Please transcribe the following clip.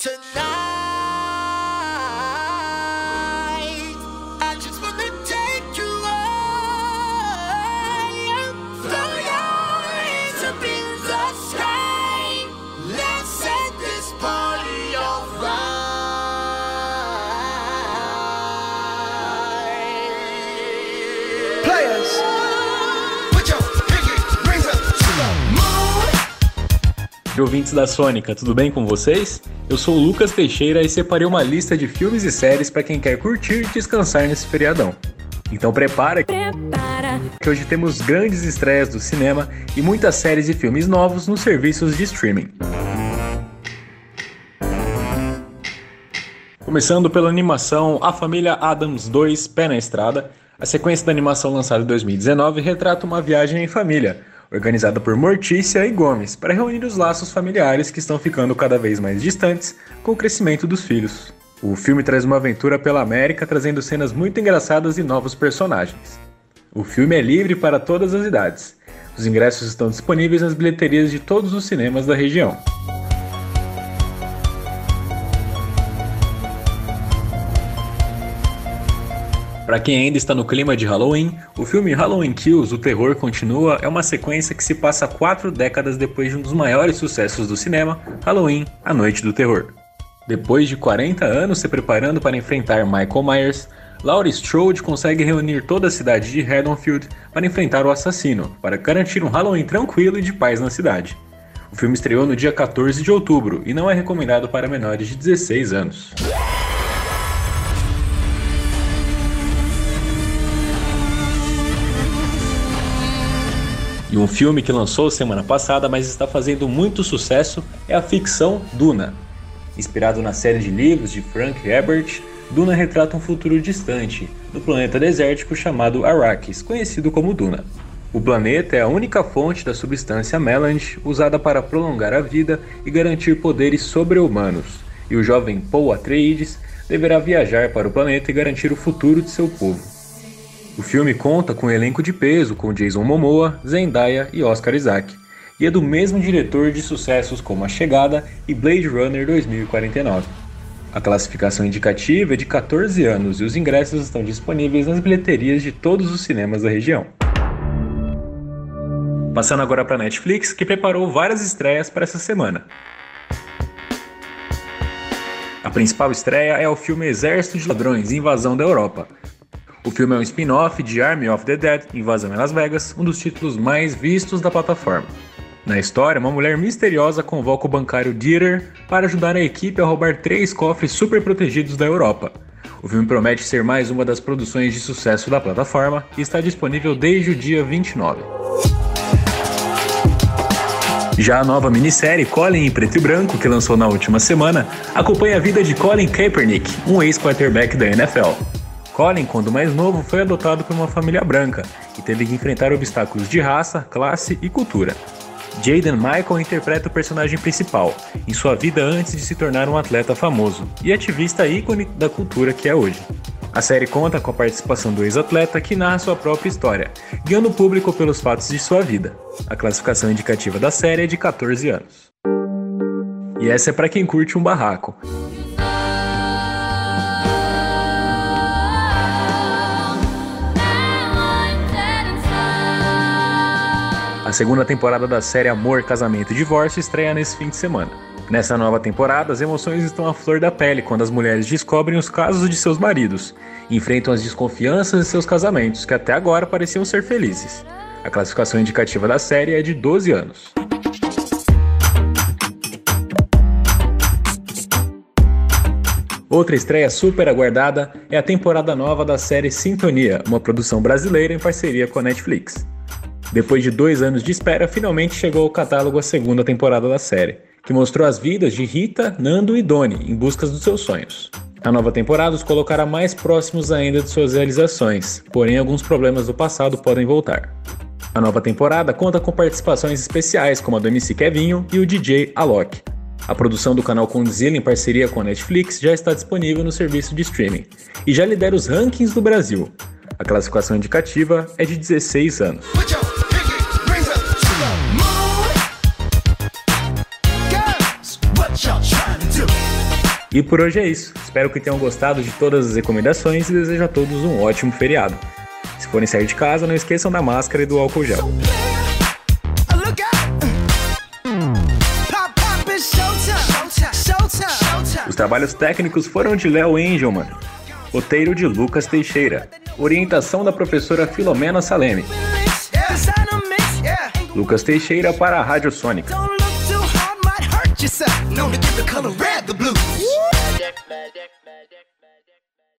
Ouvintes da Sônica, tudo bem com vocês? Eu sou o Lucas Teixeira e separei uma lista de filmes e séries para quem quer curtir e descansar nesse feriadão. Então prepara que hoje temos grandes estreias do cinema e muitas séries e filmes novos nos serviços de streaming. Começando pela animação A Família Addams 2, Pé na Estrada, a sequência da animação lançada em 2019 retrata uma viagem em família, organizada por Mortícia e Gomes, para reunir os laços familiares que estão ficando cada vez mais distantes com o crescimento dos filhos. O filme traz uma aventura pela América, trazendo cenas muito engraçadas e novos personagens. O filme é livre para todas as idades. Os ingressos estão disponíveis nas bilheterias de todos os cinemas da região. Para quem ainda está no clima de Halloween, o filme Halloween Kills, O Terror Continua é uma sequência que se passa 4 décadas depois de um dos maiores sucessos do cinema, Halloween, A Noite do Terror. Depois de 40 anos se preparando para enfrentar Michael Myers, Laurie Strode consegue reunir toda a cidade de Haddonfield para enfrentar o assassino, para garantir um Halloween tranquilo e de paz na cidade. O filme estreou no dia 14 de outubro e não é recomendado para menores de 16 anos. E um filme que lançou semana passada, mas está fazendo muito sucesso, é a ficção Duna. Inspirado na série de livros de Frank Herbert, Duna retrata um futuro distante, no planeta desértico chamado Arrakis, conhecido como Duna. O planeta é a única fonte da substância Melange, usada para prolongar a vida e garantir poderes sobre-humanos, e o jovem Paul Atreides deverá viajar para o planeta e garantir o futuro de seu povo. O filme conta com um elenco de peso com Jason Momoa, Zendaya e Oscar Isaac, e é do mesmo diretor de sucessos como A Chegada e Blade Runner 2049. A classificação indicativa é de 14 anos e os ingressos estão disponíveis nas bilheterias de todos os cinemas da região. Passando agora para a Netflix, que preparou várias estreias para essa semana. A principal estreia é o filme Exército de Ladrões, Invasão da Europa. O filme é um spin-off de Army of the Dead, Invasão em Las Vegas, um dos títulos mais vistos da plataforma. Na história, uma mulher misteriosa convoca o bancário Dieter para ajudar a equipe a roubar 3 cofres super protegidos da Europa. O filme promete ser mais uma das produções de sucesso da plataforma e está disponível desde o dia 29. Já a nova minissérie Colin em Preto e Branco, que lançou na última semana, acompanha a vida de Colin Kaepernick, um ex-quarterback da NFL. Colin, quando mais novo, foi adotado por uma família branca e teve que enfrentar obstáculos de raça, classe e cultura. Jaden Michael interpreta o personagem principal, em sua vida antes de se tornar um atleta famoso e ativista ícone da cultura que é hoje. A série conta com a participação do ex-atleta que narra sua própria história, guiando o público pelos fatos de sua vida. A classificação indicativa da série é de 14 anos. E essa é para quem curte um barraco. A segunda temporada da série Amor, Casamento e Divórcio estreia nesse fim de semana. Nessa nova temporada, as emoções estão à flor da pele quando as mulheres descobrem os casos de seus maridos e enfrentam as desconfianças de seus casamentos, que até agora pareciam ser felizes. A classificação indicativa da série é de 12 anos. Outra estreia super aguardada é a temporada nova da série Sintonia, uma produção brasileira em parceria com a Netflix. Depois de 2 anos de espera, finalmente chegou ao catálogo a segunda temporada da série, que mostrou as vidas de Rita, Nando e Doni em busca dos seus sonhos. A nova temporada os colocará mais próximos ainda de suas realizações, porém alguns problemas do passado podem voltar. A nova temporada conta com participações especiais como a do MC Kevinho e o DJ Alok. A produção do canal Condzilla em parceria com a Netflix já está disponível no serviço de streaming e já lidera os rankings do Brasil. A classificação indicativa é de 16 anos. E por hoje é isso. Espero que tenham gostado de todas as recomendações e desejo a todos um ótimo feriado. Se forem sair de casa, não esqueçam da máscara e do álcool gel. Os trabalhos técnicos foram de Léo Engelmann, roteiro de Lucas Teixeira, orientação da professora Filomena Saleme. Lucas Teixeira para a Rádio Sônica.